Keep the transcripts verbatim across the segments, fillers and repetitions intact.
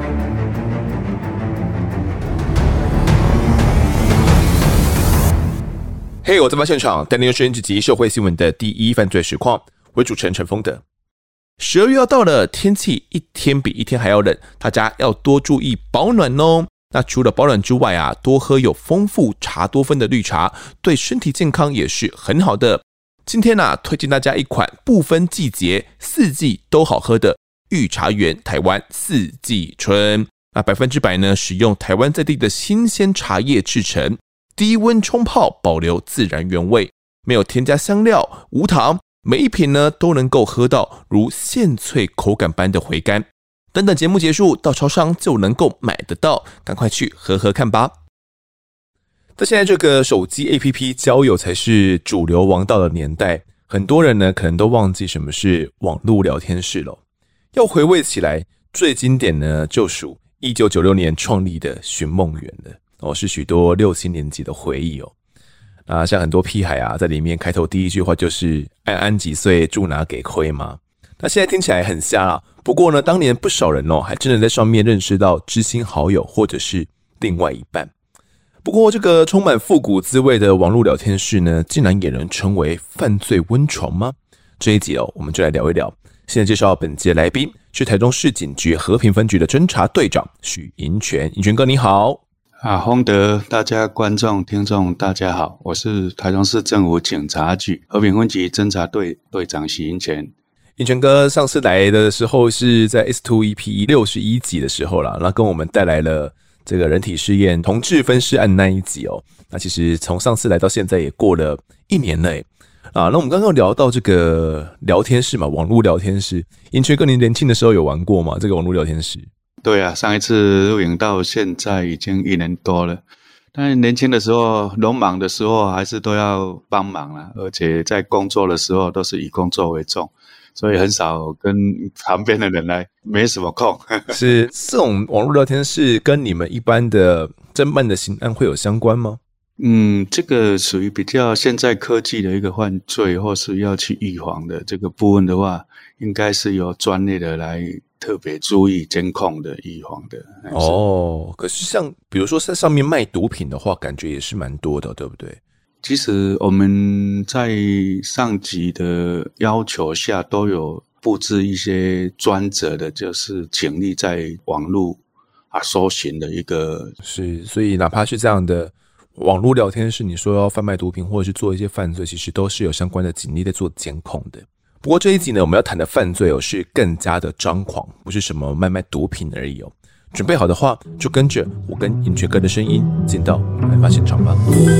嘿、hey, 我在发现场带您收听这集社会新闻的第一犯罪实况，为主持人陈丰德。十二月要到了，天气一天比一天还要冷，大家要多注意保暖哦。那除了保暖之外啊，多喝有丰富茶多酚的绿茶，对身体健康也是很好的。今天啊，推荐大家一款不分季节、四季都好喝的御茶园台湾四季春。那百分之百呢，使用台湾在地的新鲜茶叶制成。低温冲泡，保留自然原味，没有添加香料，无糖，每一瓶呢都能够喝到如现萃口感般的回甘。等等节目结束，到超商就能够买得到，赶快去喝喝看吧。在现在这个手机 A P P 交友才是主流王道的年代，很多人呢可能都忘记什么是网络聊天室了。要回味起来，最经典呢就属一九九六年创立的寻梦园了。哦，是许多六七年级的回忆哦。啊，像很多屁孩啊，在里面开头第一句话就是“安安几岁，住哪给亏”嘛。那现在听起来很瞎啦，不过呢，当年不少人哦，还真的在上面认识到知心好友或者是另外一半。不过，这个充满复古滋味的网络聊天室呢，竟然也能成为犯罪温床吗？这一集哦，我们就来聊一聊。现在介绍本节来宾是台中市警局和平分局的侦查队长许银泉，银泉哥你好。 啊，洪德，大家观众、听众，大家好，我是台中市政府警察局和平分局侦查队队长许银泉。 银泉哥上次来的时候是在 S 二 E P 六十一集的时候啦，那跟我们带来了这个人体试验同志分尸案那一集哦。那其实从上次来到现在也过了一年了耶。啊，那我们刚刚聊到这个聊天室嘛，网络聊天室，银泉哥您年轻的时候有玩过吗？这个网络聊天室？ 对啊，上一次录影到现在已经一年多了。但是年轻的时候，农忙的时候还是都要帮忙啦，而且在工作的时候都是以工作为重，所以很少跟旁边的人来，没什么空。 是这种网络聊天室跟你们一般的侦办的刑案会有相关吗？ 嗯，这个属于比较现在科技的一个犯罪，或是要去预防的这个部分的话，应该是由专业的来特别注意监控的预防的。 哦，可是像比如说在上面卖毒品的话，感觉也是蛮多的，对不对？ 其实我们在上级的要求下，都有布置一些专责的，就是警力在网络啊搜寻的一个。 是，所以哪怕是这样的网络聊天室，你说要贩卖毒品或者是做一些犯罪，其实都是有相关的警力在做监控的。不过这一集呢，我们要谈的犯罪哦，是更加的张狂，不是什么卖卖毒品而已哦。准备好的话，就跟着我跟银泉哥的声音进到案发现场吧。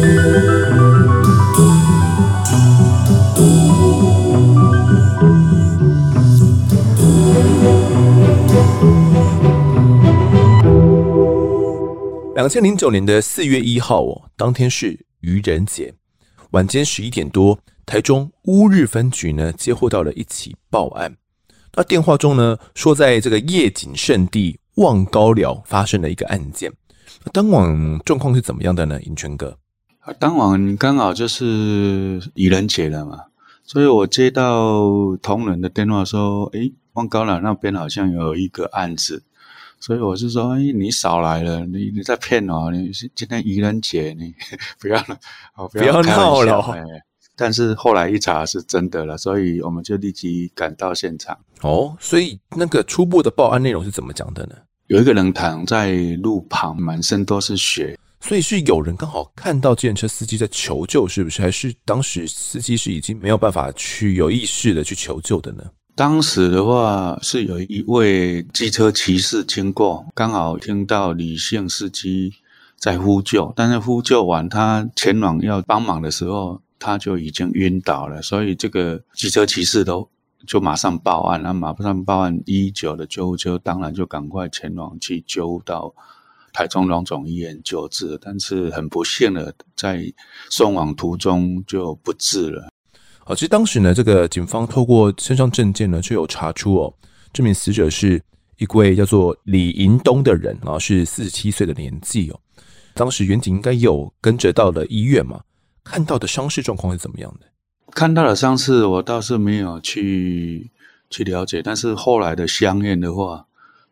二零零九年的四月一号哦，当天是愚人节，晚间十一点多，台中乌日分局呢接获到了一起报案。那电话中呢说，在这个夜景胜地望高寮发生了一个案件。当晚状况是怎么样的呢？银泉哥， 当晚刚好就是愚人节了嘛，所以我接到同仁的电话说，诶，望高寮那边好像有一个案子。所以我是说，哎，你少来了，你你在骗我，你今天愚人节，你不要了，哦，不要闹了。 哎，但是后来一查是真的了，所以我们就立即赶到现场。 哦，所以那个初步的报案内容是怎么讲的呢？ 有一个人躺在路旁，满身都是血。 所以是有人刚好看到计程车司机在求救，是不是？还是当时司机是已经没有办法去有意识的去求救的呢？ 当时的话是有一位机车骑士经过，刚好听到李姓司机在呼救，但是呼救完他前往要帮忙的时候，他就已经晕倒了，所以这个机车骑士都就马上报案，那马上报案一一九的救护车当然就赶快前往去救到台中荣总医院救治，但是很不幸的在送往途中就不治了。 哦，其实当时呢，这个警方透过身上证件呢，就有查出哦，这名死者是一位叫做李银东的人啊，是四十七岁的年纪哦。当时员警应该有跟着到了医院嘛，看到的伤势状况是怎么样的？ 看到的伤势我倒是没有去去了解，但是后来的相验的话，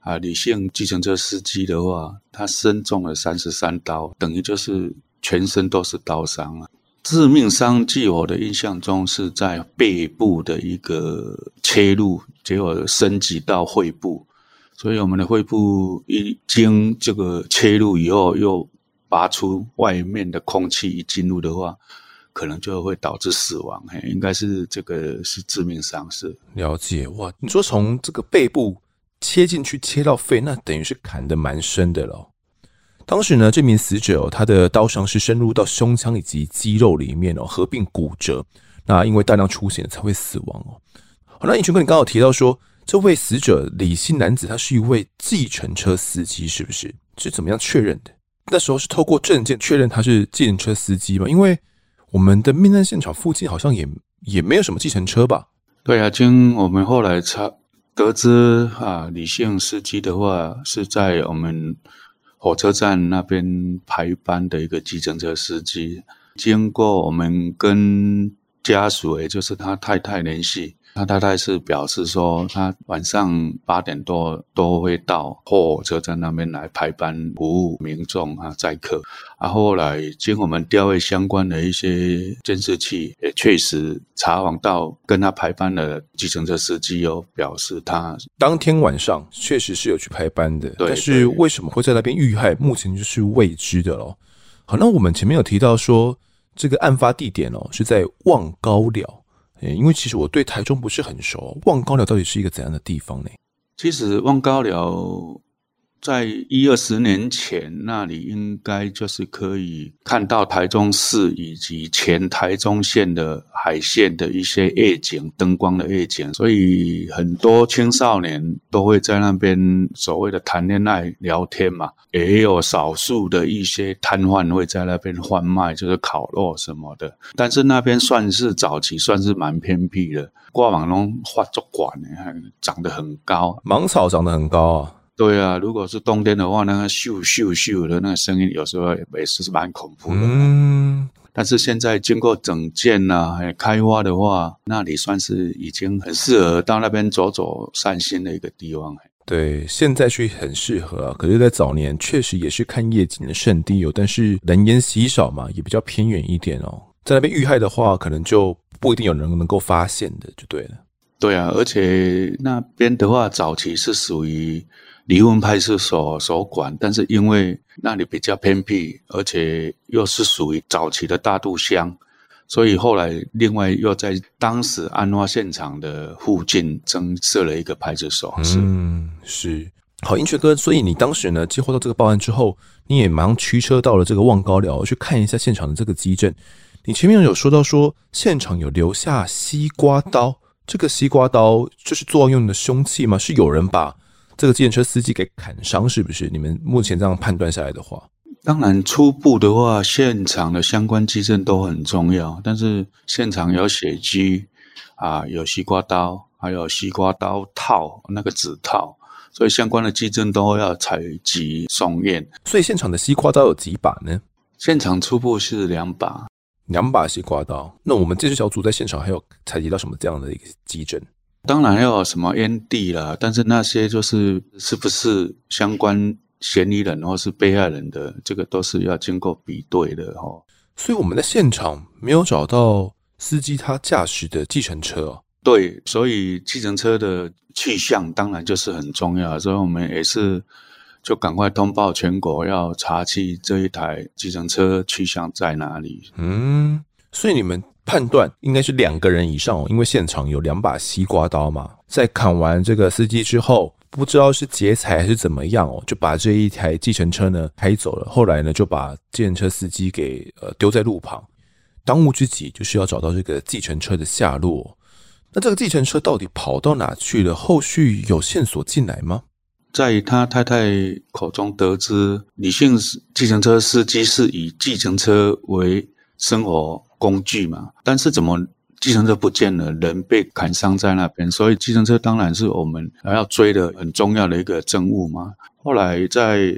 啊，李姓计程车司机的话，他身中了三十三刀，等于就是全身都是刀伤啊。致命伤据我的印象中是在背部的一个切入，结果升级到肺部，所以我们的肺部一经这个切入以后，又拔出外面的空气一进入的话，可能就会导致死亡。应该是这个是致命伤是。 了解。哇，你说从这个背部切进去切到肺，那等于是砍得蛮深的了。当时呢，这名死者、哦、他的刀伤是深入到胸腔以及肌肉里面哦，合并骨折。那因为大量出血才会死亡哦。好，那尹权哥，你刚刚有提到说，这位死者李姓男子他是一位计程车司机，是不是？是怎么样确认的？那时候是透过证件确认他是计程车司机吗？因为我们的命案现场附近好像也也没有什么计程车吧？ 对啊，经我们后来查得知啊，李姓司机的话是在我们火车站那边排班的一个计程车司机。经过我们跟家属，也就是他太太联系，他太太是表示说，他晚上八点多都会到火车站那边来排班服务民众啊载客。啊，后来经我们调阅相关的一些监视器，也确实查访到跟他排班的计程车司机有表示他当天晚上确实是有去排班的， 对， 但是为什么会在那边遇害，目前就是未知的咯。好，那我们前面有提到说，这个案发地点哦是在望高寮。因为其实我对台中不是很熟，望高寮到底是一个怎样的地方呢？ 其实望高寮在一二十年前，那里应该就是可以看到台中市以及前台中县的海线的一些夜景，灯光的夜景，所以很多青少年都会在那边所谓的谈恋爱聊天嘛，也有少数的一些摊贩会在那边贩卖，就是烤肉什么的。但是那边算是早期算是蛮偏僻的，挂网拢发作管的，长得很高， 芒草长得很高啊。 对啊，如果是冬天的话，那个咻咻咻的那个声音，有时候也是蛮恐怖的。嗯，但是现在经过整建啊，还开发的话，那里算是已经很适合到那边走走散心的一个地方。 对，现在去很适合啊。可是，在早年确实也是看夜景的圣地哦，但是人烟稀少嘛，也比较偏远一点哦。在那边遇害的话，可能就不一定有人能够发现的，就对了。 对啊，而且那边的话，早期是属于离婚派出所所管，但是因为那里比较偏僻，而且又是属于早期的大肚乡，所以后来另外又在当时案发现场的附近增设了一个派出所。 嗯，是。好，英权哥，所以你当时呢接获到这个报案之后，你也马上驱车到了这个望高寮去看一下现场的这个基证。你前面有说到说现场有留下西瓜刀，这个西瓜刀就是作案用的凶器吗？是有人把这个计程车司机给砍伤，是不是？你们目前这样判断下来的话， 当然初步的话，现场的相关基证都很重要，但是现场有血迹啊，有西瓜刀，还有西瓜刀套那个指套，所以相关的基证都要采集送验。 所以现场的西瓜刀有几把呢？ 现场初步是两把， 两把西瓜刀。那我们这支小组在现场还有采集到什么这样的一个基证？ 当然要有什么烟蒂啦，但是那些就是是不是相关嫌疑人或是被害人的，这个都是要经过比对的齁。 所以我们在现场没有找到司机他驾驶的计程车哦。 对，所以计程车的去向当然就是很重要，所以我们也是就赶快通报全国要查缉这一台计程车去向在哪里。 嗯，所以你们判断应该是两个人以上哦，因为现场有两把西瓜刀嘛。在砍完这个司机之后，不知道是劫财还是怎么样哦，就把这一台计程车呢开走了。后来呢，就把计程车司机给呃丢在路旁。当务之急就是要找到这个计程车的下落。那这个计程车到底跑到哪去了？后续有线索进来吗？ 在他太太口中得知，李姓计程车司机是以计程车为生活工具嘛，但是怎么计程车不见了，人被砍伤在那边，所以计程车当然是我们要追的很重要的一个证物嘛。后来在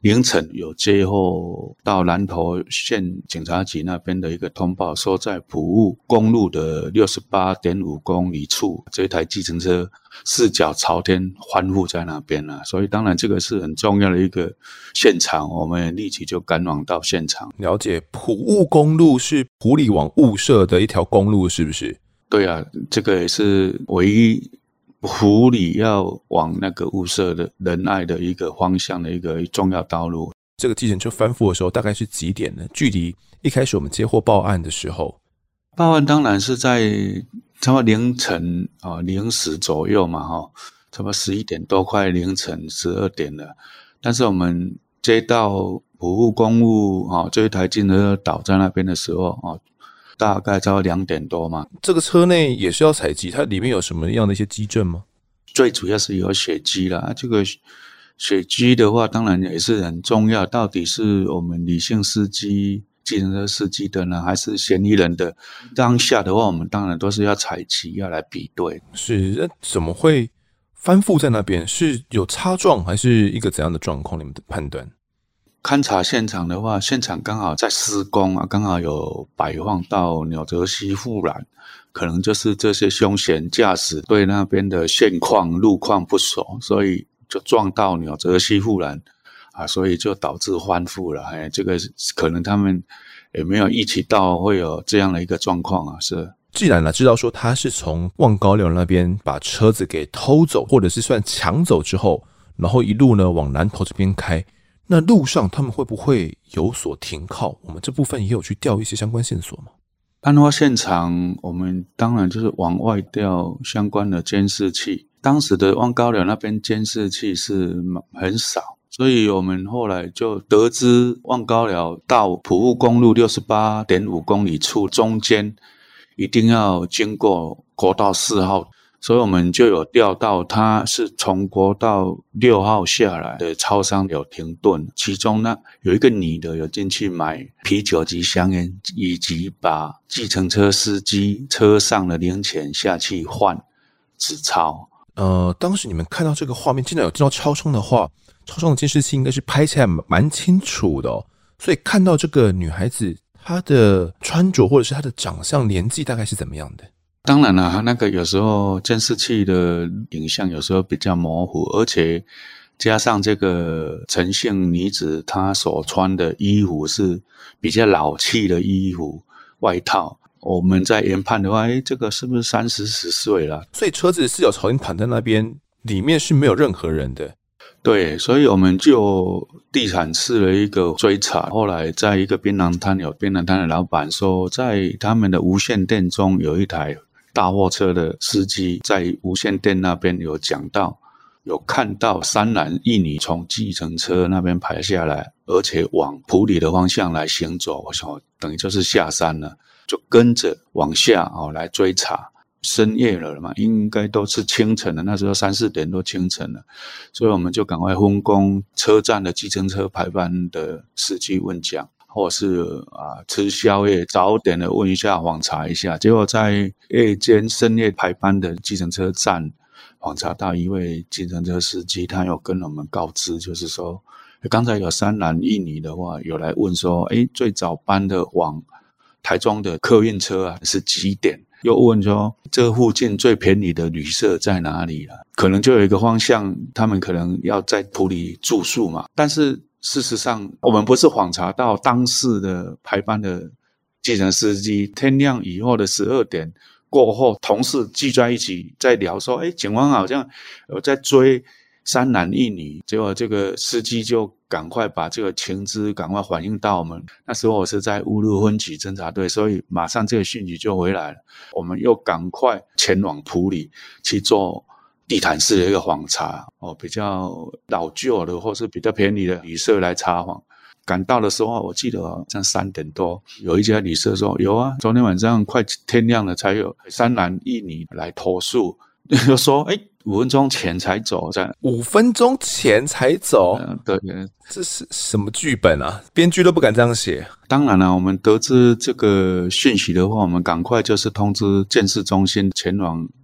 凌晨有接获到南投县警察局那边的一个通报，说在埔务公路的 六十八点五公里处，这台计程车四脚朝天翻覆在那边了。所以当然这个是很重要的一个现场，我们立即就赶往到现场。 了解，埔务公路是埔里往雾社的一条公路是不是？ 对啊，这个也是唯一埔里要往那个雾社的仁爱的一个方向的一个重要道路。 这个计程车翻覆的时候大概是几点呢？距离一开始我们接获报案的时候， 报案当然是在差不多凌晨啊零时左右嘛，哈，差不多十一点多，快凌晨十二点了。但是我们接到埔务公路啊这一台计程车倒在那边的时候啊，大概差不多两点多嘛。 这个车内也是要采集，它里面有什么样的一些基证吗？ 最主要是有血迹啦，这个血迹的话当然也是很重要，到底是我们李姓司机计程车司机的呢，还是嫌疑人的？当下的话我们当然都是要采集，要来比对。 是，那怎么会翻覆在那边？是有擦撞还是一个怎样的状况？你们的判断？ 勘察现场的话，现场刚好在施工啊，刚好有摆放到纽泽西护栏，可能就是这些凶嫌驾驶对那边的现况路况不熟，所以就撞到纽泽西护栏啊，所以就导致翻覆了。哎，这个可能他们也没有预期到会有这样的一个状况啊。是， 既然知道说他是从望高寮那边把车子给偷走，或者是算抢走之后，然后一路呢往南投这边开。那路上他们会不会有所停靠？我们这部分也有去调一些相关线索吗？ 案发现场我们当然就是往外调相关的监视器，当时的望高寮那边监视器是很少，所以我们后来就得知望高寮到埔务公路 六十八点五公里处中间一定要经过国道四号，所以我们就有调到他是从国道六号下来的超商有停顿，其中呢有一个女的有进去买啤酒及香烟，以及把计程车司机车上的零钱下去换纸钞。 呃，当时你们看到这个画面，既然有进到超商的话，超商的监视器应该是拍起来蛮清楚的哦，所以看到这个女孩子她的穿着或者是她的长相年纪大概是怎么样的？ 当然啦，那个有时候监视器的影像有时候比较模糊，而且加上这个陈姓女子她所穿的衣服是比较老气的衣服外套，我们在研判的话，诶，这个是不是三四十岁了？ 所以车子四脚朝天躺在那边，里面是没有任何人的。 对，所以我们就地毯式了一个追查，后来在一个槟榔摊，有槟榔摊的老板说，在他们的无线电中有一台大货车的司机在无线电那边有讲到，有看到三男一女从计程车那边排下来，而且往埔里的方向来行走，我想等于就是下山了，就跟着往下、哦、来追查。深夜了嘛，应该都是清晨了，那时候三四点都清晨了，所以我们就赶快分工车站的计程车排班的司机问讲，或是啊吃宵夜早点的问一下访查一下，结果在夜间深夜排班的计程车站访查到一位计程车司机，他有跟我们告知，就是说刚才有三男一女的话有来问说，诶，最早班的往台中的客运车啊是几点，又问说这附近最便宜的旅社在哪里了，可能就有一个方向，他们可能要在埔里住宿嘛。但是事实上我们不是访查到当时的排班的计程司机，天亮以后的十二点过后，同事聚在一起在聊说，诶，警方好像有在追三男一女，结果这个司机就赶快把这个情资赶快反映到我们。那时候我是在乌鹿分局侦查队，所以马上这个讯息就回来了，我们又赶快前往埔里去做地毯式的一个访查，哦，比较老旧的或是比较便宜的旅社来查访。赶到的时候我记得好像三点多，有一家旅社说有啊，昨天晚上快天亮了才有三男一女来投诉，就说诶五分钟前才走，这样五分钟前才走、 嗯、对， 这是什么剧本啊？编剧都不敢这样写。 当然了，我们得知这个讯息的话，我们赶快就是通知监视中心前往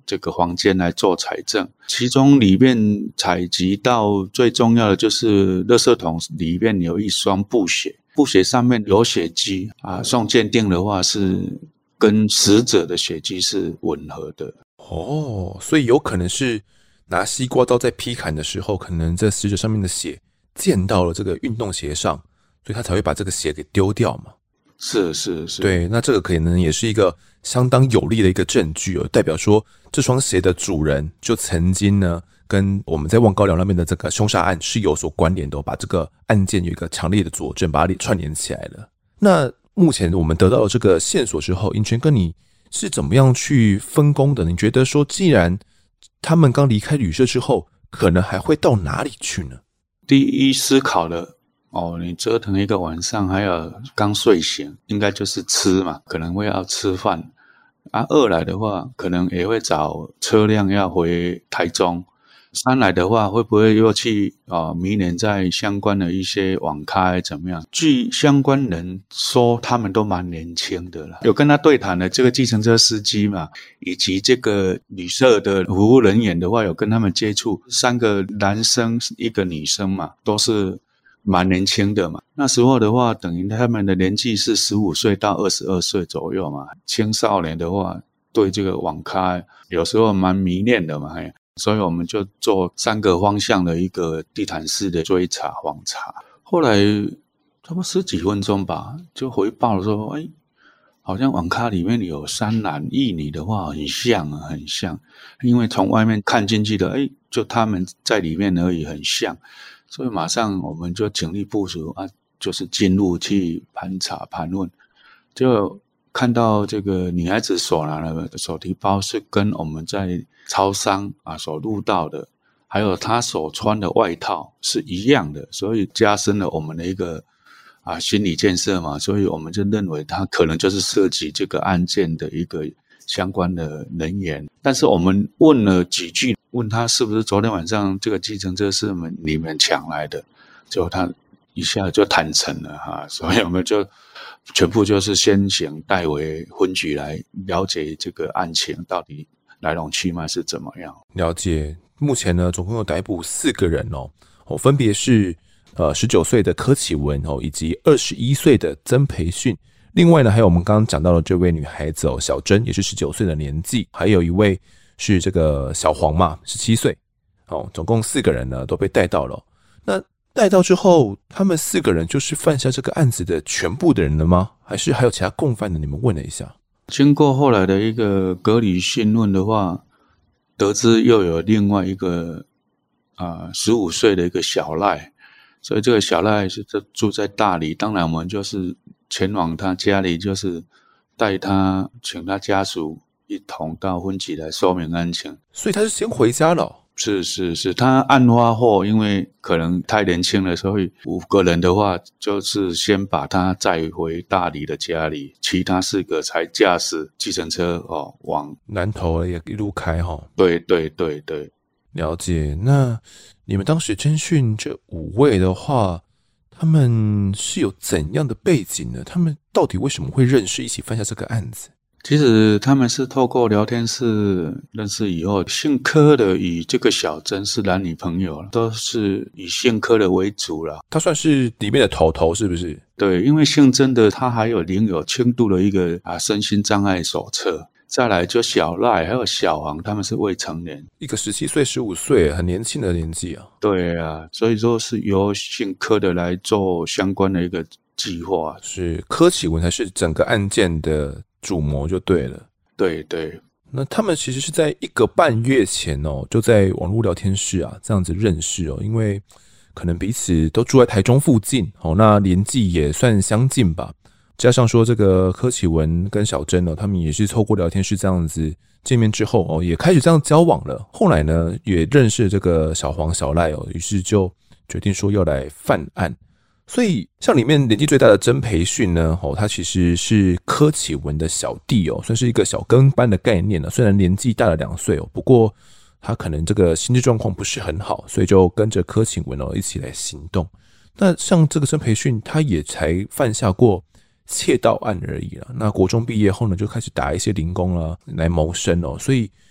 这个房间来做采证，其中里面采集到最重要的就是垃圾桶里面有一双布鞋，布鞋上面有血迹啊，送鉴定的话是跟死者的血迹是吻合的。 哦，所以有可能是拿西瓜刀在劈砍的时候，可能这死者上面的血溅到了这个运动鞋上，所以他才会把这个鞋给丢掉嘛。 是是是， 对，那这个可能也是一个相当有力的一个证据哦，代表说这双鞋的主人就曾经呢跟我们在望高寮那边的这个凶杀案是有所关联的、哦，把这个案件有一个强烈的佐证，把它串联起来了。那目前我们得到了这个线索之后，银泉哥你是怎么样去分工的？你觉得说，既然他们刚离开旅社之后，可能还会到哪里去呢？ 第一思考的。哦，你折腾一个晚上，还有刚睡醒，应该就是吃嘛，可能会要吃饭。啊，二来的话，可能也会找车辆要回台中。三来的话，会不会又去啊、呃、迷恋在相关的一些网咖怎么样？据相关人说，他们都蛮年轻的啦。有跟他对谈的这个计程车司机嘛，以及这个旅社的服务人员的话，有跟他们接触。三个男生，一个女生嘛，都是蛮年轻的嘛。那时候的话，等于他们的年纪是十五岁到二十二岁左右嘛。青少年的话，对这个网咖有时候蛮迷恋的嘛。所以我们就做三个方向的一个地毯式的追查访查。后来差不多十几分钟吧，就回报了说，哎，好像网咖里面有三男一女的话，很像啊，很像。因为从外面看进去的，哎，就他们在里面而已，很像。所以马上我们就警力部署啊，就是进入去盘查盘问，就看到这个女孩子所拿的手提包是跟我们在超商啊所录到的，还有她所穿的外套是一样的，所以加深了我们的一个啊心理建设嘛，所以我们就认为她可能就是涉及这个案件的一个相关的人员。但是我们问了几句，问他是不是昨天晚上这个计程车是我们你们抢来的，结果他一下就坦诚了哈，所以我们就全部就是先行带回分局来了解这个案情到底来龙去脉是怎么样。 了解，目前呢总共有逮捕四个人哦，哦分别是呃十九岁的柯启文哦，以及二十一岁的曾培训。另外呢，还有我们刚刚讲到的这位女孩子哦，小珍也是十九岁的年纪，还有一位是这个小黄嘛，十七岁。哦，总共四个人呢都被带到了、哦。那带到之后，他们四个人就是犯下这个案子的全部的人了吗？还是还有其他共犯的？你们问了一下。 经过后来的一个隔离讯问的话，得知又有另外一个啊十五岁的一个小赖，所以这个小赖是住在大理，当然我们就是前往他家里，就是带他请他家属一同到分局来说明案情。 所以他是先回家了、哦。 是是是，他案发后，因为可能太年轻了，所以五个人的话，就是先把他载回大理的家里，其他四个才驾驶计程车哦往南投也一路开哈、哦。 对对对对， 了解。那你们当时侦讯这五位的话，他们是有怎样的背景呢？他们到底为什么会认识，一起犯下这个案子？ 其实他们是透过聊天室认识以后，姓柯的与这个小珍是男女朋友，都是以姓柯的为主啦。 他算是里面的头头是不是？ 对，因为姓曾的他还有领有轻度的一个啊身心障碍手册。再来就小赖还有小黄，他们是未成年， 一个十七岁十五岁，很年轻的年纪啊。 对啊，所以说是由姓柯的来做相关的一个计划。 是柯启文才是整个案件的主谋就对了。 对对， 那他们其实是在一个半月前哦，就在网络聊天室啊这样子认识哦，因为可能彼此都住在台中附近哦，那年纪也算相近吧。加上说这个柯启文跟小珍哦，他们也是透过聊天室这样子见面之后哦，也开始这样交往了。后来呢，也认识这个小黄小赖哦，于是就决定说要来犯案。所以像里面年纪最大的曾培训呢，哦，他其实是柯启文的小弟哦，算是一个小跟班的概念了。虽然年纪大了两岁哦，不过他可能这个心智状况不是很好，所以就跟着柯启文哦一起来行动。那像这个曾培训，他也才犯下过窃盗案而已啦。那国中毕业后呢，就开始打一些零工啦来谋生哦。所以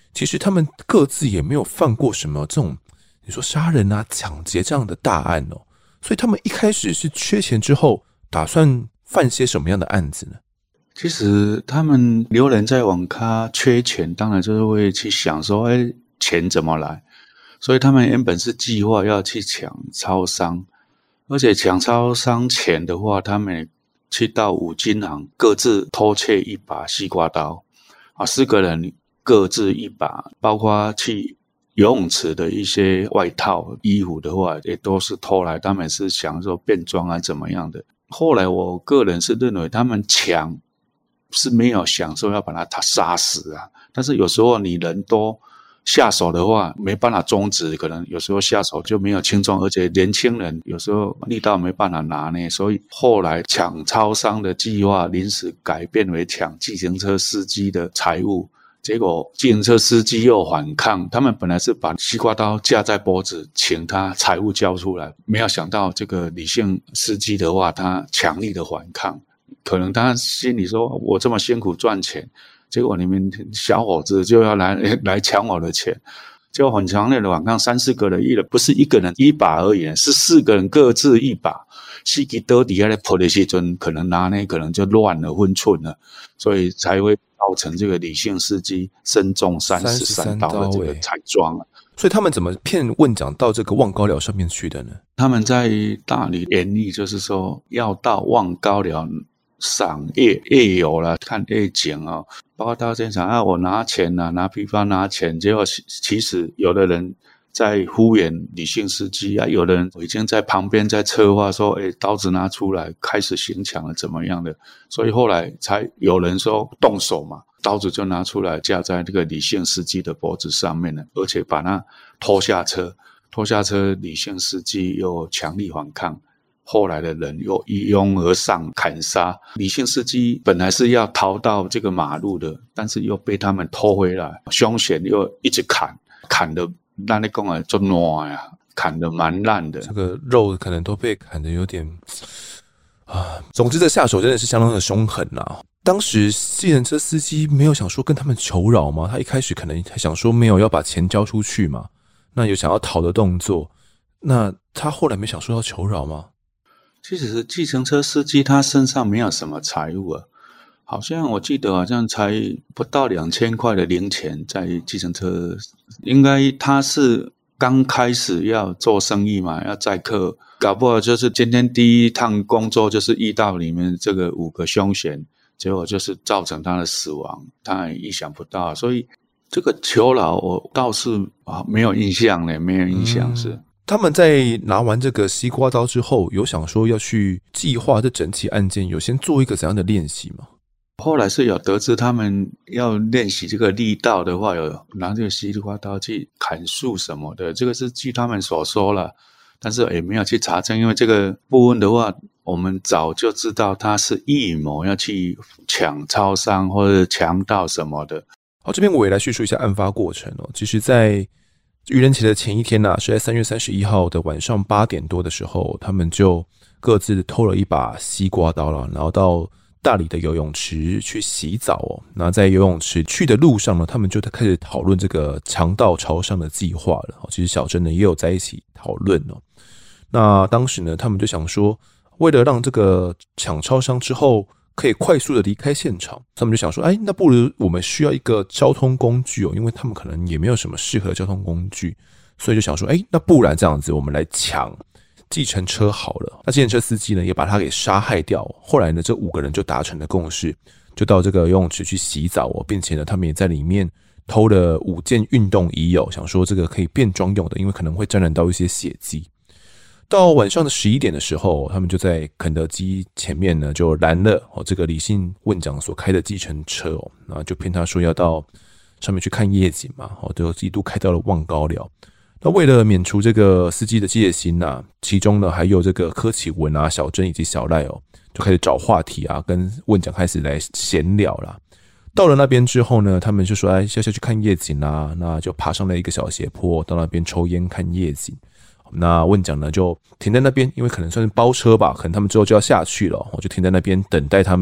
其实他们各自也没有犯过什么这种你说杀人啊、抢劫这样的大案哦，所以他们一开始是缺钱之后，打算犯些什么样的案子呢？ 其实他们留人在网咖缺钱，当然就是会去想说，哎，钱怎么来？所以他们原本是计划要去抢超商，而且抢超商钱的话，他们去到五金行各自偷窃一把西瓜刀啊，四个人各自一把，包括去游泳池的一些外套、衣服的话，也都是偷来。他们是想说变装啊怎么样的。后来我个人是认为他们抢是没有想说要把他杀死啊，但是有时候你人多下手的话没办法终止，可能有时候下手就没有轻重，而且年轻人有时候力道没办法拿捏，所以后来抢超商的计划临时改变为抢计程车司机的财物。结果计程车司机又反抗，他们本来是把西瓜刀架在脖子请他财物交出来，没有想到这个李姓司机的话他强力的反抗，可能他心里说我这么辛苦赚钱，结果你们小伙子就要来来抢我的钱，就很强烈的反抗，三四个人一人不是一个人一把而已，是四个人各自一把，四支刀底下在破的时候可能拿呢可能就乱了分寸了，所以才会造成这个李姓司机身中三十三刀的这个惨状。 所以他们怎么骗问讲到这个望高寮上面去的呢？ 他们在大理演绎就是说要到望高寮赏夜夜游啦，看夜景哦，包括到现场啊，我拿钱啊，拿批发拿钱，结果其实有的人在敷衍李姓司机啊，有的人已经在旁边在策划说，哎，刀子拿出来开始行抢了怎么样的，所以后来才有人说动手嘛，刀子就拿出来架在这个李姓司机的脖子上面了，而且把他拖下车，拖下车，李姓司机又强力反抗。后来的人又一拥而上砍杀李姓司机，本来是要逃到这个马路的，但是又被他们拖回来，凶险又一直砍，砍的那你讲啊就烂呀，砍的蛮烂的， 这个肉可能都被砍的有点啊。总之，这下手真的是相当的凶狠啊！当时计程车司机没有想说跟他们求饶吗？他一开始可能想说没有要把钱交出去嘛，那有想要逃的动作，那他后来没想说要求饶吗？ 其实计程车司机他身上没有什么财物啊，好像我记得好像才不到两千块的零钱在计程车，应该他是刚开始要做生意嘛，要载客，搞不好就是今天第一趟工作就是遇到里面这个五个凶险，结果就是造成他的死亡，他也意想不到，所以这个求饶我倒是啊没有印象呢，没有印象是。嗯， 他们在拿完这个西瓜刀之后，有想说要去计划这整起案件，有先做一个怎样的练习吗？ 后来是有得知他们要练习这个力道的话，有拿这个西瓜刀去砍树什么的，这个是据他们所说了，但是也没有去查证，因为这个部分的话，我们早就知道他是预谋要去抢超商或者强盗什么的。 好，这边我也来叙述一下案发过程哦。其实，在愚人节的前一天啊，是在三月三十一号的晚上八点多的时候，他们就各自偷了一把西瓜刀了，然后到大理的游泳池去洗澡哦。那在游泳池去的路上呢，他们就开始讨论这个强盗朝商的计划了。其实小珍呢也有在一起讨论哦。那当时呢，他们就想说，为了让这个抢超商之后可以快速的离开现场，他们就想说，哎，那不如我们需要一个交通工具哦，因为他们可能也没有什么适合的交通工具，所以就想说，哎，那不然这样子，我们来抢计程车好了。那计程车司机呢，也把他给杀害掉。后来呢，这五个人就达成了共识，就到这个游泳池去洗澡哦，并且呢，他们也在里面偷了五件运动衣哦，想说这个可以变装用的，因为可能会沾染到一些血迹。到晚上的十一点的时候，他们就在肯德基前面呢，就拦了哦这个李姓问长所开的计程车哦，然后就骗他说要到上面去看夜景嘛，哦，就一度开到了望高寮。那为了免除这个司机的戒心啊，其中呢还有这个柯启文啊、小珍以及小赖哦，就开始找话题啊，跟问长开始来闲聊啦。到了那边之后呢，他们就说哎，要下去看夜景啦，那就爬上了一个小斜坡，到那边抽烟看夜景。那问讲呢就停在那边，因为可能算是包车吧，可能他们之后就要下去了，我就停在那边等待他们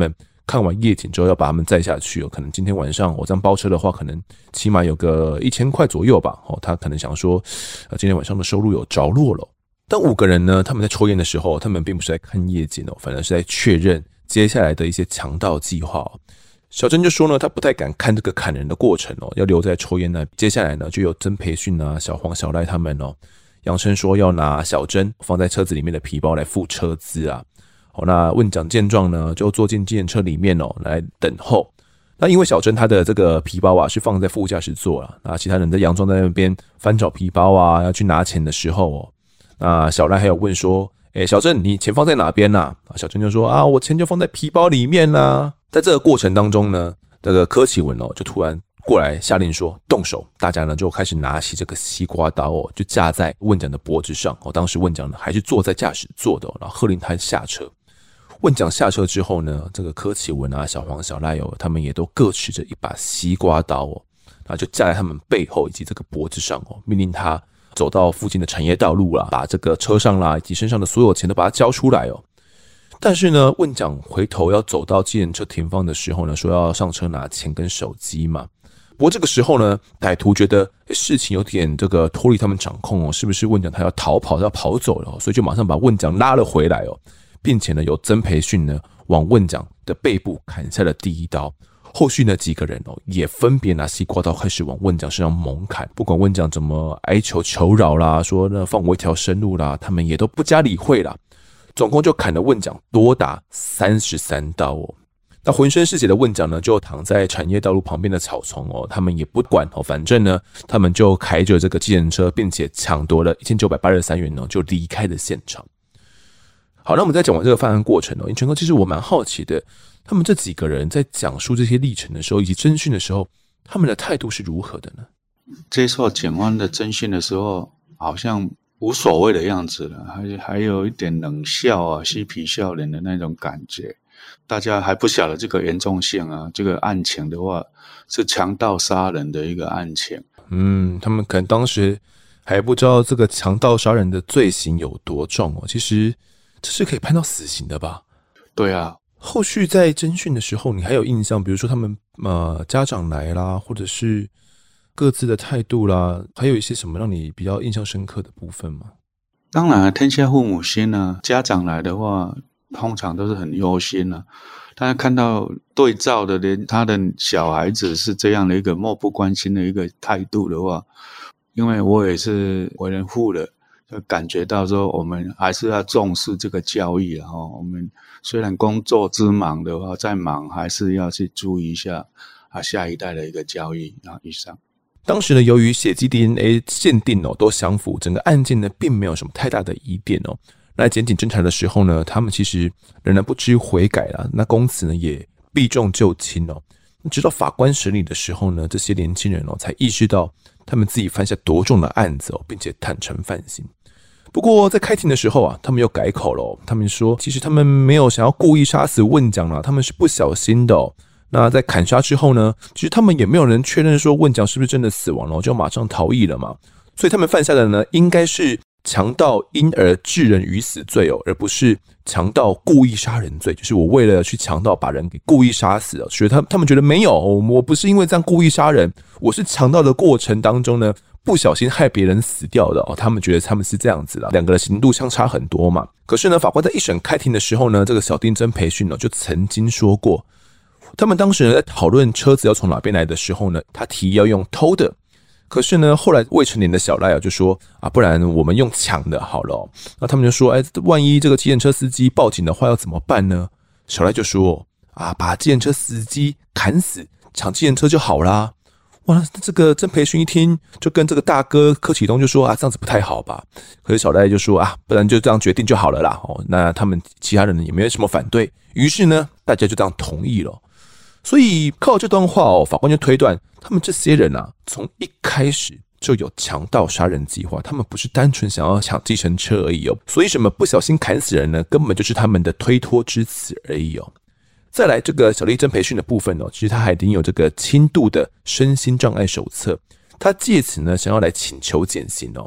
看完夜景之后要把他们载下去哦，可能今天晚上我这样包车的话，可能起码有个一千块左右吧。哦，他可能想说，呃，今天晚上的收入有着落了。但五个人呢，他们在抽烟的时候，他们并不是在看夜景哦，反而是在确认接下来的一些强盗计划哦。小珍就说呢，他不太敢看这个砍人的过程哦，要留在抽烟那。接下来呢，就有曾培训啊、小黄、小赖他们哦，扬声说要拿小珍放在车子里面的皮包来付车资啊。哦，那问讲见状呢，就坐进计程车里面哦，来等候。那因为小珍她的这个皮包啊是放在副驾驶座了，那其他人在佯装在那边翻找皮包啊，要去拿钱的时候哦，那小赖还有问说，哎，小珍你钱放在哪边啊？小珍就说啊，我钱就放在皮包里面啦、啊。在这个过程当中呢，这个柯启文哦就突然过来下令说动手，大家呢就开始拿起这个西瓜刀哦，就架在问讲的脖子上哦。当时问讲呢还是坐在驾驶座的、哦，然后喝令他下车。问讲下车之后呢，这个柯启文啊、小黄、小赖哦，他们也都各持着一把西瓜刀哦，然后就架在他们背后以及这个脖子上哦，命令他走到附近的产业道路啦，把这个车上啦以及身上的所有钱都把它交出来哦。但是呢，问讲回头要走到计程车停放的时候呢，说要上车拿钱跟手机嘛。不过这个时候呢，歹徒觉得事情有点这个脱离他们掌控哦，是不是问讲他要逃跑要跑走了、哦，所以就马上把问讲拉了回来哦，并且呢，由曾培训呢往问讲的背部砍下了第一刀。后续呢，几个人哦也分别拿西瓜刀开始往问讲身上猛砍，不管问讲怎么哀求求饶啦，说呢放我一条生路啦，他们也都不加理会啦。总共就砍了问讲多达三十三刀哦。那浑身是血的问讲呢，就躺在产业道路旁边的草丛哦，他们也不管哦，反正呢，他们就开着这个计程车，并且抢夺了一千九百八十三元哦，就离开了现场。好，那我们在讲完这个犯案过程哦，全哥，其实我蛮好奇的，他们这几个人在讲述这些历程的时候，以及侦讯的时候，他们的态度是如何的呢？ 接受警方的侦讯的时候，好像无所谓的样子了，还还有一点冷笑啊、嬉皮笑脸的那种感觉。大家还不晓得这个严重性啊，这个案情的话是强盗杀人的一个案情。 嗯，他们可能当时还不知道这个强盗杀人的罪行有多重哦。其实这是可以判到死刑的吧？ 对啊。 后续在侦讯的时候，你还有印象？比如说他们呃家长来啦，或者是各自的态度啦，还有一些什么让你比较印象深刻的部分吗？ 当然，天下父母心啊，家长来的话，通常都是很忧心啊。大家看到对照的，连他的小孩子是这样的一个漠不关心的一个态度的话，因为我也是为人父的，就感觉到说，我们还是要重视这个教育啊。我们虽然工作之忙的话，再忙还是要去注意一下啊下一代的一个教育啊。以上。 当时呢，由于血迹 D N A 鉴定哦都相符，整个案件呢并没有什么太大的疑点哦。那检警侦查的时候呢，他们其实仍然不知悔改啦。那公此呢也避重就轻哦。直到法官审理的时候呢，这些年轻人哦才意识到他们自己犯下多重的案子哦，并且坦诚犯行。不过在开庭的时候啊，他们又改口了、哦，他们说其实他们没有想要故意杀死问讲啦，他们是不小心的哦。那在砍杀之后呢，其实他们也没有人确认说问讲是不是真的死亡了，就马上逃逸了嘛。所以他们犯下的呢，应该是强盗因而致人于死罪哦，而不是强盗故意杀人罪。就是我为了去强盗把人给故意杀死了，所以他他们觉得没有，我不是因为这样故意杀人，我是强盗的过程当中呢不小心害别人死掉的哦。他们觉得他们是这样子啦，两个人刑度相差很多嘛。可是呢，法官在一审开庭的时候呢，这个小丁真培训呢就曾经说过。他们当时呢在讨论车子要从哪边来的时候呢，他提议要用偷的，可是呢后来未成年的小赖就说啊，不然我们用抢的好了、哦。那他们就说，哎，万一这个计程车司机报警的话要怎么办呢？小赖就说啊，把计程车司机砍死，抢计程车就好啦。哇，这个曾培训一听就跟这个大哥柯启东就说啊，这样子不太好吧？可是小赖就说啊，不然就这样决定就好了啦。哦，那他们其他人也没有什么反对，于是呢大家就这样同意了。所以靠这段话哦，法官就推断他们这些人啊，从一开始就有强盗杀人计划，他们不是单纯想要抢计程车而已哦。所以什么不小心砍死人呢，根本就是他们的推脱之词而已哦。再来这个小丽真培训的部分哦，其实他还领有这个轻度的身心障碍手册，他借此呢想要来请求减刑哦。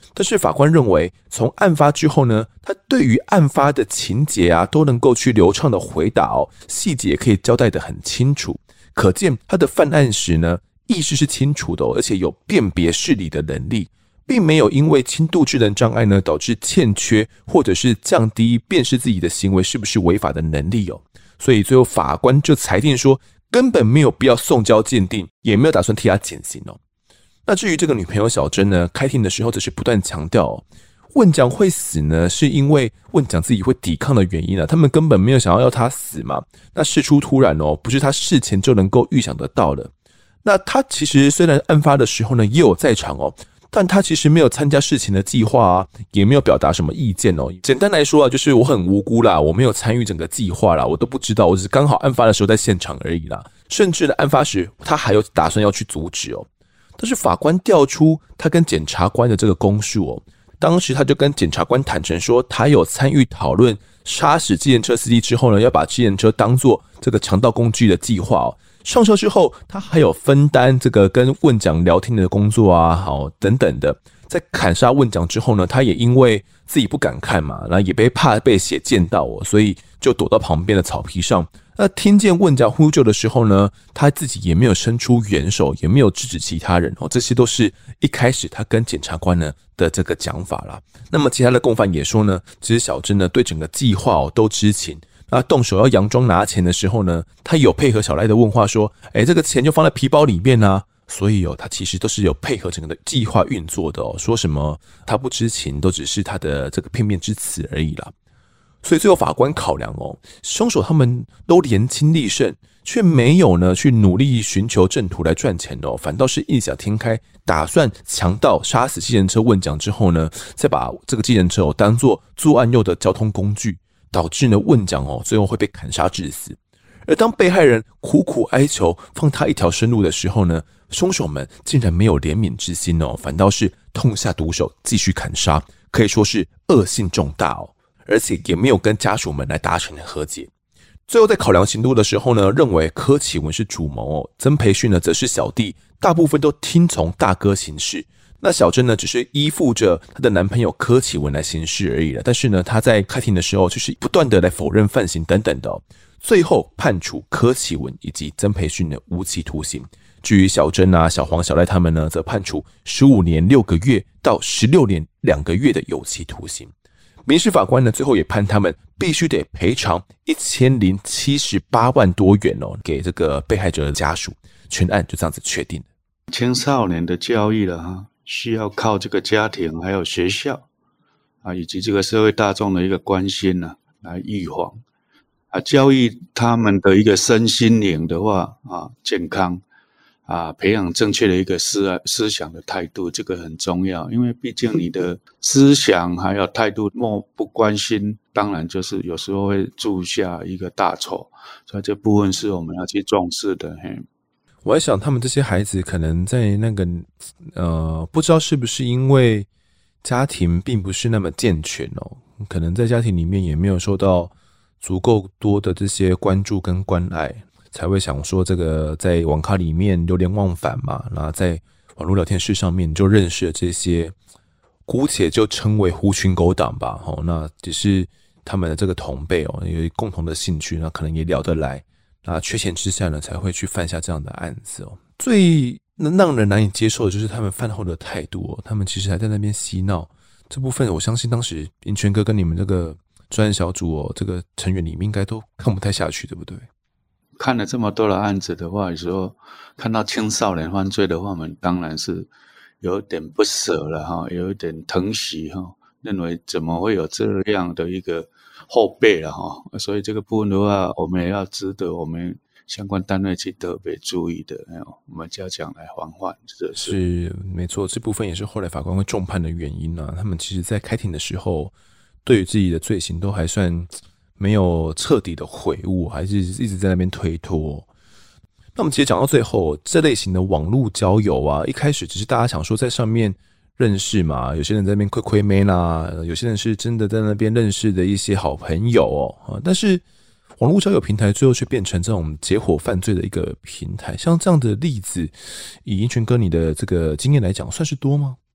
但是法官认为，从案发之后呢，他对于案发的情节啊，都能够去流畅的回答哦，细节可以交代得很清楚，可见他的犯案时呢，意识是清楚的哦，而且有辨别事理的能力，并没有因为轻度智能障碍呢，导致欠缺或者是降低辨识自己的行为是不是违法的能力哦。所以最后法官就裁定说，根本没有必要送交鉴定，也没有打算替他减刑哦。那至于这个女朋友小珍呢，开庭的时候则是不断强调哦，问讲会死呢，是因为问讲自己会抵抗的原因啊，他们根本没有想要要他死嘛。那事出突然哦，不是他事前就能够预想得到的。那他其实虽然案发的时候呢也有在场哦，但他其实没有参加事情的计划啊，也没有表达什么意见哦。简单来说啊，就是我很无辜啦，我没有参与整个计划啦，我都不知道，我只是刚好案发的时候在现场而已啦。甚至呢，案发时他还有打算要去阻止哦。但是法官调出他跟检察官的这个供述哦，当时他就跟检察官坦诚说，他有参与讨论杀死计程车司机之后呢，要把计程车当作这个强盗工具的计划哦。上车之后，他还有分担这个跟问讲聊天的工作啊，好等等的。在砍杀问讲之后呢，他也因为自己不敢看嘛，然后也被怕被血溅到哦，所以就躲到旁边的草皮上。那听见问讲呼救的时候呢，他自己也没有伸出援手，也没有制止其他人哦，这些都是一开始他跟检察官呢的这个讲法啦。那么其他的共犯也说呢，其实小珍呢对整个计划哦都知情。那动手要佯装拿钱的时候呢，他有配合小赖的问话说，哎，这个钱就放在皮包里面啊。所以哦，他其实都是有配合整个的计划运作的哦。说什么他不知情，都只是他的这个片面之词而已啦。所以最后法官考量哦，凶手他们都年轻力盛，却没有呢去努力寻求正途来赚钱哦，反倒是异想天开，打算强盗杀死计程车问讲之后呢，再把这个计程车哦当作作案用的交通工具，导致呢问讲哦最后会被砍杀致死。而当被害人苦苦哀求放他一条生路的时候呢，凶手们竟然没有怜悯之心哦，反倒是痛下毒手继续砍杀，可以说是恶性重大哦。而且也没有跟家属们来达成和解。最后在考量刑度的时候呢，认为柯启文是主谋哦，曾培训呢则是小弟，大部分都听从大哥行事。那小珍呢，只是依附着她的男朋友柯启文来行事而已了。但是呢，她在开庭的时候就是不断的来否认犯行等等的哦。最后判处柯启文以及曾培训的无期徒刑。至于小珍啊、小黄、小赖他们呢，则判处十五年六个月到十六年两个月的有期徒刑。民事法官呢，最后也判他们必须得赔偿一千零七十八万多元哦，给这个被害者的家属。全案就这样子确定了。 青少年的教育了哈，需要靠这个家庭还有学校啊，以及这个社会大众的一个关心呢，来预防啊，教育他们的一个身心灵的话啊，健康啊，培养正确的一个思思想的态度，这个很重要。因为毕竟你的思想还有态度漠不关心，当然就是有时候会铸下一个大错，所以这部分是我们要去重视的。嘿， 我在想，他们这些孩子可能在那个呃，不知道是不是因为家庭并不是那么健全哦，可能在家庭里面也没有受到足够多的这些关注跟关爱。才会想说这个在网咖里面流连忘返嘛，然后在网络聊天室上面就认识了这些，姑且就称为狐群狗党吧。哦，那只是他们的这个同辈哦，有共同的兴趣，那可能也聊得来，那缺钱之下呢，才会去犯下这样的案子哦。最让人难以接受的就是他们饭后的态度哦，他们其实还在那边嬉闹。这部分我相信当时银泉哥跟你们这个专案小组哦，这个成员里面应该都看不太下去，对不对？ 看了这么多的案子的话，有时候看到青少年犯罪的话，我们当然是有点不舍了哈，有一点疼惜哈，认为怎么会有这样的一个后辈了哈，所以这个部分的话，我们也要值得我们相关单位去特别注意的，我们加强来防范。是是没错，这部分也是后来法官会重判的原因啊。他们其实在开庭的时候，对于自己的罪行都还算没有彻底的悔悟，还是一直在那边推脱。那我们其实讲到最后，这类型的网络交友啊，一开始只是大家想说在上面认识嘛，有些人在那边亏亏妹啦，有些人是真的在那边认识的一些好朋友哦。但是网络交友平台最后却变成这种结伙犯罪的一个平台，像这样的例子，以银泉哥你的这个经验来讲，算是多吗？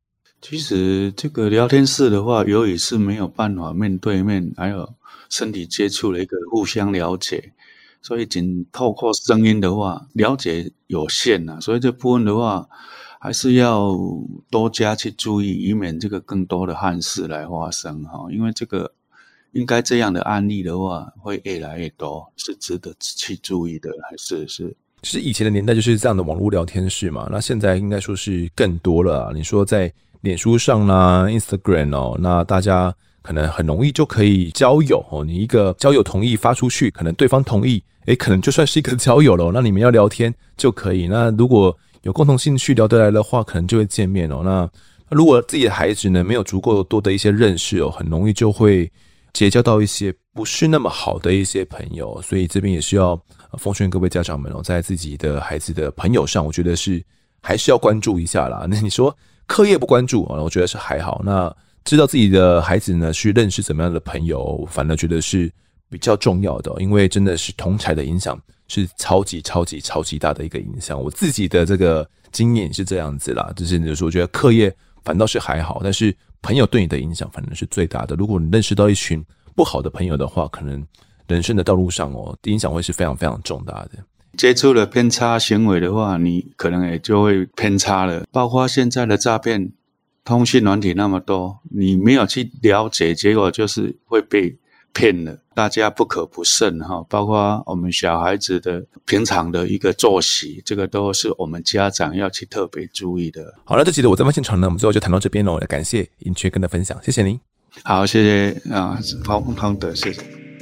其实这个聊天室的话，由于是没有办法面对面，还有身体接触的一个互相了解，所以仅透过声音的话，了解有限啊，所以这部分的话，还是要多加去注意，以免这个更多的憾事来发生哈。因为这个应该这样的案例的话，会越来越多，是值得去注意的，还是是。 其实以前的年代就是这样的网络聊天室嘛，那现在应该说是更多了啊。你说在脸书上啦 Instagram 哦，那大家可能很容易就可以交友哦。你一个交友同意发出去，可能对方同意，诶，可能就算是一个交友了哦。那你们要聊天就可以。那如果有共同兴趣聊得来的话，可能就会见面哦。那如果自己的孩子呢没有足够多的一些认识哦，很容易就会结交到一些不是那么好的一些朋友。所以这边也是要奉劝各位家长们哦，在自己的孩子的朋友上，我觉得是还是要关注一下啦。那你说课业不关注，我觉得是还好。那知道自己的孩子呢去认识怎么样的朋友，反而觉得是比较重要的，因为真的是同侪的影响是超级超级超级大的一个影响。我自己的这个经验是这样子啦，就是你说我觉得课业反倒是还好，但是朋友对你的影响反而是最大的。如果你认识到一群不好的朋友的话，可能人生的道路上哦，影响会是非常非常重大的。 接触了偏差行为的话，你可能也就会偏差了。包括现在的诈骗通讯软体那么多，你没有去了解，结果就是会被骗了。大家不可不慎哈，包括我们小孩子的平常的一个作息，这个都是我们家长要去特别注意的。 好了，这集的我在现场呢，我们最后就谈到这边喽。感谢尹缺根的分享，谢谢您。 好，谢谢啊，包汤德，谢谢。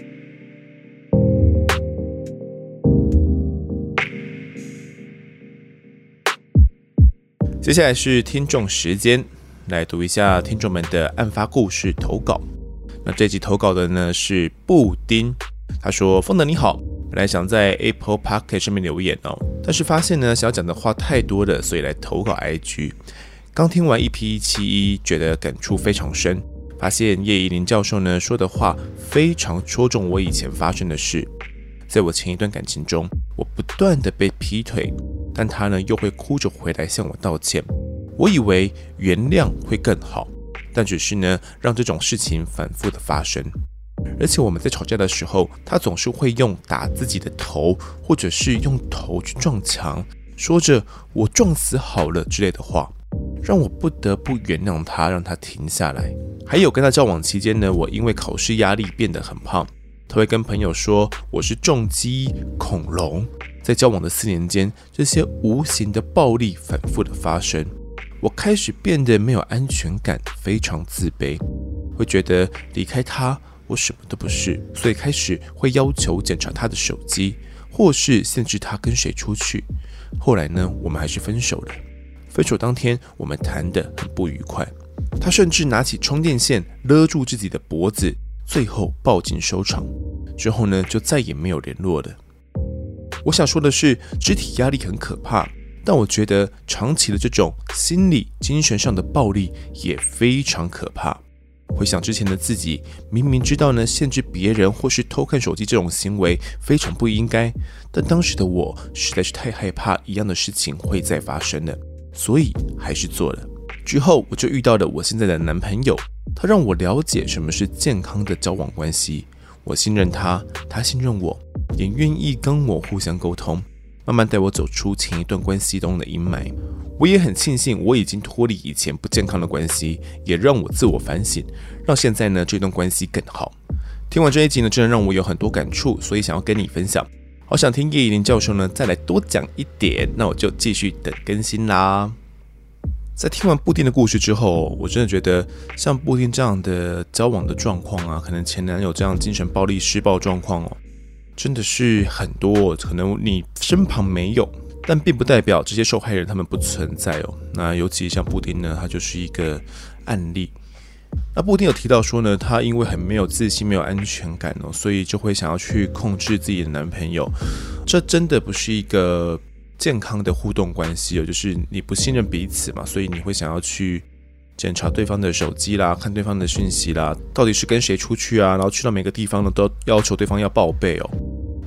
接下来是听众时间，来读一下听众们的案发故事投稿。那这集投稿的呢是布丁，他说：丰德你好，本来想在 Apple Podcast 上面留言哦，但是发现呢想要讲的话太多了，所以来投稿 I G。刚听完 E P 一七一，觉得感触非常深，发现叶宜林教授呢说的话非常戳中我以前发生的事。在我前一段感情中，我不断的被劈腿，但他呢又会哭着回来向我道歉。我以为原谅会更好，但只是呢让这种事情反复的发生。而且我们在吵架的时候，他总是会用打自己的头，或者是用头去撞墙，说着我撞死好了之类的话，让我不得不原谅他，让他停下来。还有跟他交往期间呢，我因为考试压力变得很胖，他会跟朋友说我是重击恐龙。在交往的四年间，这些无形的暴力反复的发生，我开始变得没有安全感，非常自卑，会觉得离开他我什么都不是，所以开始会要求检查他的手机，或是限制他跟谁出去。后来呢，我们还是分手了。分手当天，我们谈得很不愉快，他甚至拿起充电线勒住自己的脖子，最后报警收场。之后呢，就再也没有联络了。我想说的是，肢体压力很可怕，但我觉得长期的这种心理、精神上的暴力也非常可怕。回想之前的自己，明明知道呢限制别人或是偷看手机这种行为非常不应该，但当时的我实在是太害怕一样的事情会再发生了，所以还是做了。之后我就遇到了我现在的男朋友，他让我了解什么是健康的交往关系，我信任他，他信任我，也愿意跟我互相沟通，慢慢带我走出前一段关系中的阴霾。我也很庆幸我已经脱离以前不健康的关系，也让我自我反省，让现在呢这段关系更好。听完这一集呢，真的让我有很多感触，所以想要跟你分享。好想听叶宜林教授呢再来多讲一点，那我就继续等更新啦。在听完布丁的故事之后，我真的觉得像布丁这样的交往的状况啊，可能前男友这样精神暴力施暴状况哦，真的是很多，可能你身旁没有，但并不代表这些受害人他们不存在哦。那尤其像布丁呢，他就是一个案例。那布丁有提到说呢，他因为很没有自信、没有安全感哦，所以就会想要去控制自己的男朋友。这真的不是一个健康的互动关系哦，就是你不信任彼此嘛，所以你会想要去检查对方的手机啦，看对方的讯息啦，到底是跟谁出去啊，然后去到每个地方呢都要求对方要报备哦。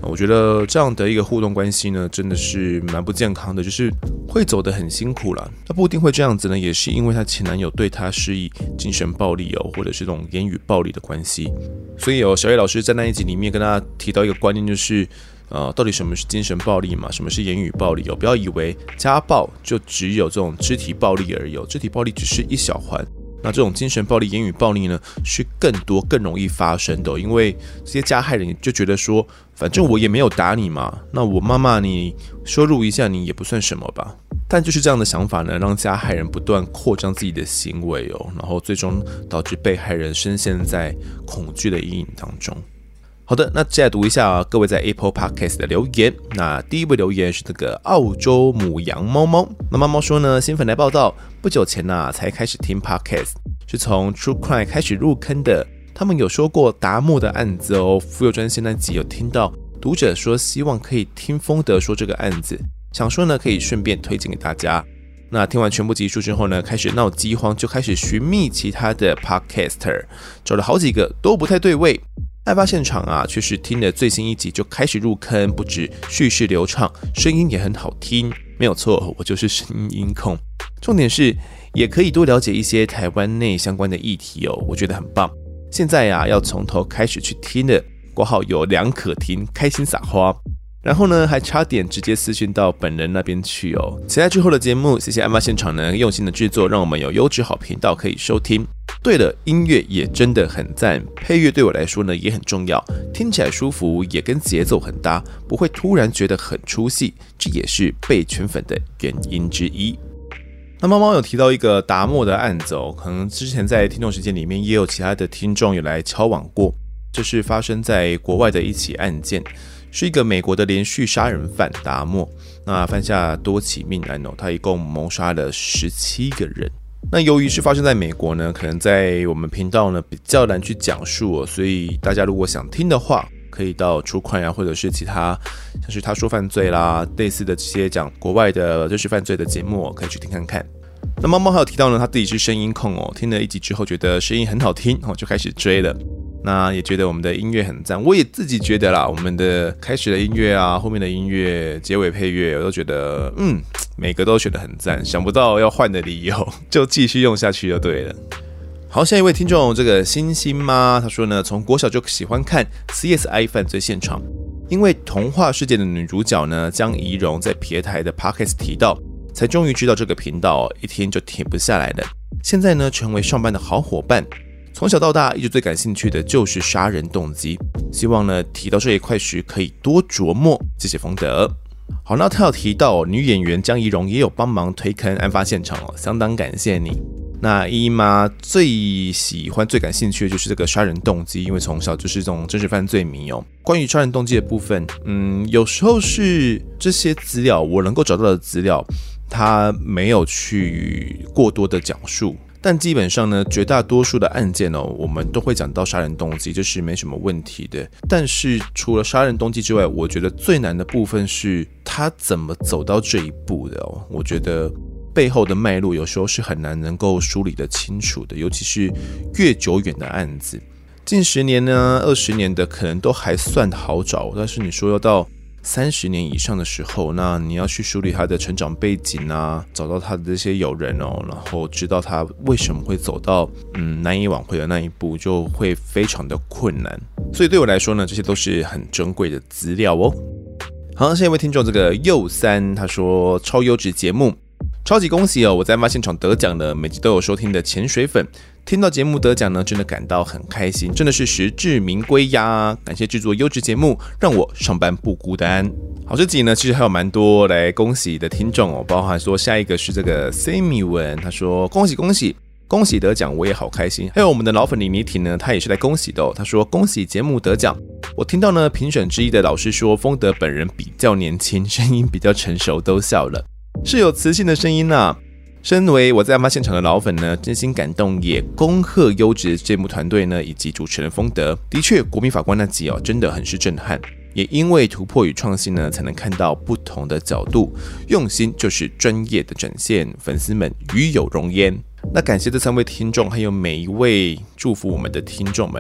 我觉得这样的一个互动关系呢，真的是蛮不健康的，就是会走得很辛苦啦。那不一定会这样子呢，也是因为她前男友对她施以精神暴力哦，或者是这种言语暴力的关系。所以有小叶老师在那一集里面跟大家提到一个观念，就是呃，到底什么是精神暴力嘛？什么是言语暴力哦？不要以为家暴就只有这种肢体暴力而已，肢体暴力只是一小环。那这种精神暴力、言语暴力呢，是更多、更容易发生的、哦，因为这些加害人就觉得说，反正我也没有打你嘛，那我骂骂你、羞辱一下你也不算什么吧。但就是这样的想法呢，让加害人不断扩张自己的行为哦，然后最终导致被害人深陷在恐惧的阴影当中。好的，那接下来读一下、啊、各位在 Apple Podcast 的留言。那第一位留言是这个澳洲母羊猫猫。那猫猫说呢，新粉来报道，不久前啊才开始听 Podcast， 是从 True Crime 开始入坑的。他们有说过达莫的案子哦，妇幼专线那集有听到读者说希望可以听丰德说这个案子，想说呢可以顺便推荐给大家。那听完全部集数之后呢，开始闹饥荒，就开始寻觅其他的 Podcaster， 找了好几个都不太对味。案发现场啊，却是听了最新一集就开始入坑，不止叙事流畅，声音也很好听。没有错，我就是声音控。重点是，也可以多了解一些台湾内相关的议题哦，我觉得很棒。现在啊，要从头开始去听了，括号有两可听，开心撒花。然后呢，还差点直接私讯到本人那边去哦。期待之后的节目，谢谢案发现场呢用心的制作，让我们有优质好频道可以收听。对了，音乐也真的很赞，配乐对我来说呢也很重要，听起来舒服，也跟节奏很搭，不会突然觉得很出戏，这也是被圈粉的原因之一。那猫猫有提到一个达莫的案子哦，可能之前在听众时间里面也有其他的听众有来敲碗过，这是发生在国外的一起案件。是一个美国的连续杀人犯达莫，那犯下多起命案哦，他一共谋杀了十七个人。那由于是发生在美国呢，可能在我们频道呢比较难去讲述哦，所以大家如果想听的话，可以到True Crime啊，或者是其他像是他说犯罪啦，类似的这些讲国外的真实犯罪的节目哦，可以去听看看。那猫猫还有提到呢，他自己是声音控哦，听了一集之后觉得声音很好听哦，就开始追了。那也觉得我们的音乐很赞，我也自己觉得啦，我们的开始的音乐啊，后面的音乐、结尾配乐，我都觉得，嗯，每个都选得很赞，想不到要换的理由，就继续用下去就对了。好，下一位听众，这个星星妈，他说呢，从国小就喜欢看 C S I 犯罪现场，因为童话世界的女主角呢江宜蓉在别台的 Podcast 提到，才终于知道这个频道一天就停不下来了。现在呢，成为上班的好伙伴。从小到大一直最感兴趣的就是杀人动机，希望呢提到这一块时可以多琢磨。谢谢丰德。好，那他有提到、哦、女演员江宜蓉也有帮忙推坑案发现场哦，相当感谢你。那依依妈最喜欢、最感兴趣的就是这个杀人动机，因为从小就是这种真实犯罪迷哦。关于杀人动机的部分，嗯，有时候是这些资料我能够找到的资料，他没有去过多的讲述。但基本上呢，绝大多数的案件哦，我们都会讲到杀人动机，这是没什么问题的。但是除了杀人动机之外，我觉得最难的部分是他怎么走到这一步的哦。我觉得背后的脉络有时候是很难能够梳理得清楚的，尤其是越久远的案子，近十年呢、二十年的可能都还算好找，但是你说要到三十年以上的时候，那你要去梳理他的成长背景啊，找到他的这些友人哦，然后知道他为什么会走到嗯难以挽回的那一步，就会非常的困难。所以对我来说呢，这些都是很珍贵的资料哦。好，下一位听众这个右三，他说超优质节目，超级恭喜哦！我在案发现场得奖了，每集都有收听的潜水粉。听到节目得奖呢，真的感到很开心，真的是实至名归呀！感谢制作优质节目，让我上班不孤单。好，这集呢其实还有蛮多来恭喜的听众哦，包含说下一个是这个 Sammy 文，他说恭喜恭喜恭喜得奖，我也好开心。还有我们的老粉李妮婷呢，他也是来恭喜的哦，他说恭喜节目得奖。我听到呢评审之一的老师说，丰德本人比较年轻，声音比较成熟，都笑了，是有磁性的声音啊。身为我在案发现场的老粉呢，真心感动，也恭贺优质节目团队呢以及主持人丰德。的确，国民法官那集哦，真的很是震撼。也因为突破与创新呢，才能看到不同的角度，用心就是专业的展现。粉丝们与有荣焉。那感谢这三位听众，还有每一位祝福我们的听众们哦。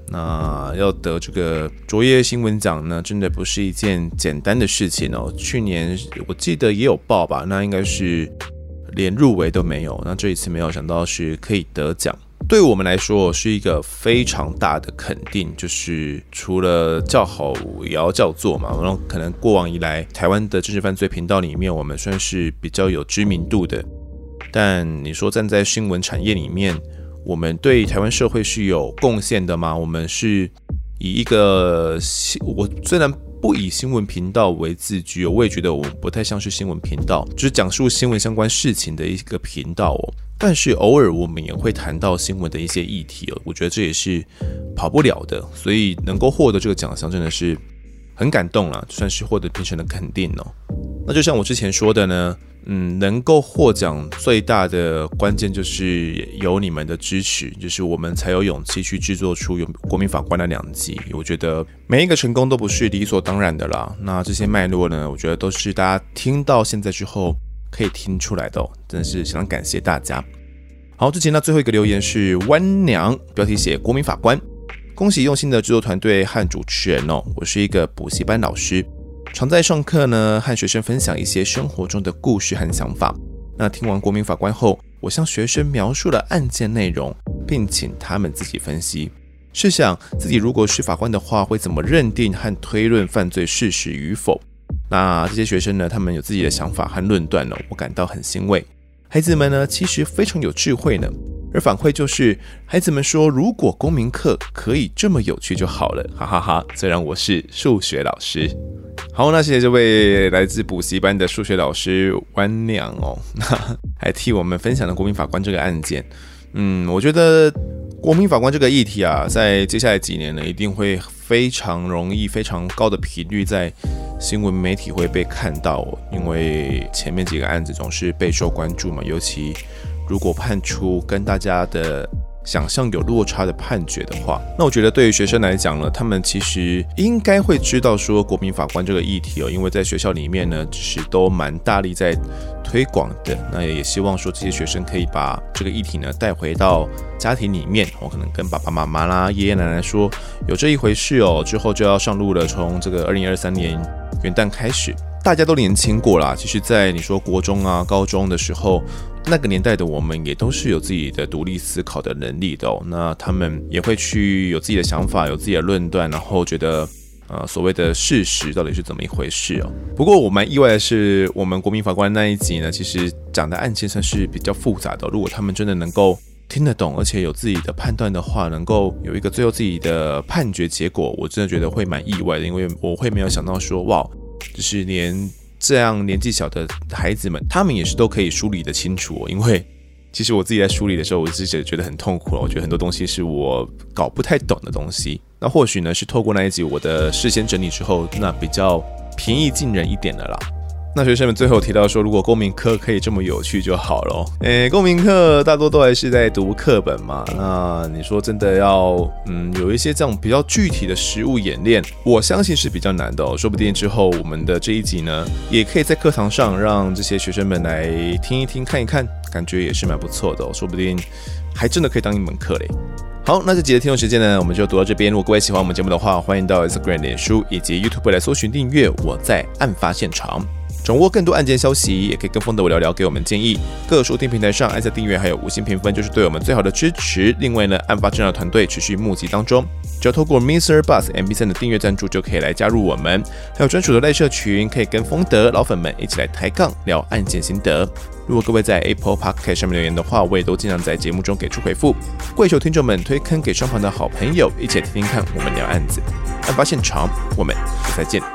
那要得这个卓越新闻奖呢，真的不是一件简单的事情哦。去年我记得也有报吧，那应该是连入围都没有。那这一次没有想到是可以得奖，对我们来说是一个非常大的肯定。就是除了叫好也要叫座嘛，然后可能过往以来台湾的政治犯罪频道里面，我们算是比较有知名度的。但你说站在新闻产业里面，我们对台湾社会是有贡献的吗？我们是以一个，我虽然不以新闻频道为自居，我也觉得我不太像是新闻频道，就是讲述新闻相关事情的一个频道哦。但是偶尔我们也会谈到新闻的一些议题哦，我觉得这也是跑不了的，所以能够获得这个奖项真的是很感动啦，算是获得评审的肯定哦。那就像我之前说的呢，嗯，能够获奖最大的关键就是有你们的支持，就是我们才有勇气去制作出有国民法官的两集。我觉得每一个成功都不是理所当然的啦。那这些脉络呢，我觉得都是大家听到现在之后可以听出来的哦，真的是想感谢大家。好，之前呢最后一个留言是弯娘，标题写国民法官，恭喜用心的制作团队和主持人哦。我是一个补习班老师，常在上课呢和学生分享一些生活中的故事和想法。那听完国民法官后，我向学生描述了案件内容，并请他们自己分析。试想自己如果是法官的话，会怎么认定和推论犯罪事实与否？那这些学生呢，他们有自己的想法和论断呢，我感到很欣慰。孩子们呢，其实非常有智慧呢。而反馈就是，孩子们说，如果公民课可以这么有趣就好了，哈哈哈哈。虽然我是数学老师。好，那谢谢这位来自补习班的数学老师弯娘哦，还替我们分享了国民法官这个案件。嗯，我觉得国民法官这个议题啊，在接下来几年呢，一定会非常容易、非常高的频率在新闻媒体会被看到哦，因为前面几个案子总是备受关注嘛，尤其如果判出跟大家的想象有落差的判决的话，那我觉得对于学生来讲呢，他们其实应该会知道说国民法官这个议题哦，因为在学校里面呢，其实都蛮大力在推广的。那也希望说这些学生可以把这个议题呢带回到家庭里面，我可能跟爸爸妈妈啦、爷爷奶奶说有这一回事哦，之后就要上路了，从这个二零二三年元旦开始。大家都年轻过啦，其实在你说国中啊、高中的时候，那个年代的我们也都是有自己的独立思考的能力的哦。那他们也会去有自己的想法、有自己的论断，然后觉得呃所谓的事实到底是怎么一回事哦。不过我蛮意外的是，我们国民法官那一集呢，其实讲的案件算是比较复杂的哦。如果他们真的能够听得懂，而且有自己的判断的话，能够有一个最后自己的判决结果，我真的觉得会蛮意外的，因为我会没有想到说，哇，就是连这样年纪小的孩子们，他们也是都可以梳理得清楚哦。因为其实我自己在梳理的时候，我自己觉得很痛苦了。我觉得很多东西是我搞不太懂的东西。那或许呢，是透过那一集我的事先整理之后，那比较平易近人一点的啦。那学生们最后提到说，如果公民课可以这么有趣就好了哦。诶，公民课大多都还是在读课本嘛。那你说真的要嗯有一些这样比较具体的实务演练，我相信是比较难的哦。说不定之后我们的这一集呢，也可以在课堂上让这些学生们来听一听、看一看，感觉也是蛮不错的哦。说不定还真的可以当一门课嘞。好，那这集的听众时间呢，我们就读到这边。如果各位喜欢我们节目的话，欢迎到 Instagram、脸书以及 YouTube 来搜寻订阅我在案发现场。掌握更多案件消息，也可以跟风的我聊聊，给我们建议。各收听平台上按下订阅，还有五星评分，就是对我们最好的支持。另外呢，案发侦查团队持续募集当中，只要透过 mister Bus M B 三 的订阅赞助，就可以来加入我们。还有专属的赖社群，可以跟风德老粉们一起来抬杠聊案件心得。如果各位在 Apple Podcast 上面留言的话，我也都尽量在节目中给出回复。跪求听众们推坑给双旁的好朋友，一起来听听看我们聊案子。案发现场，我们下次再见。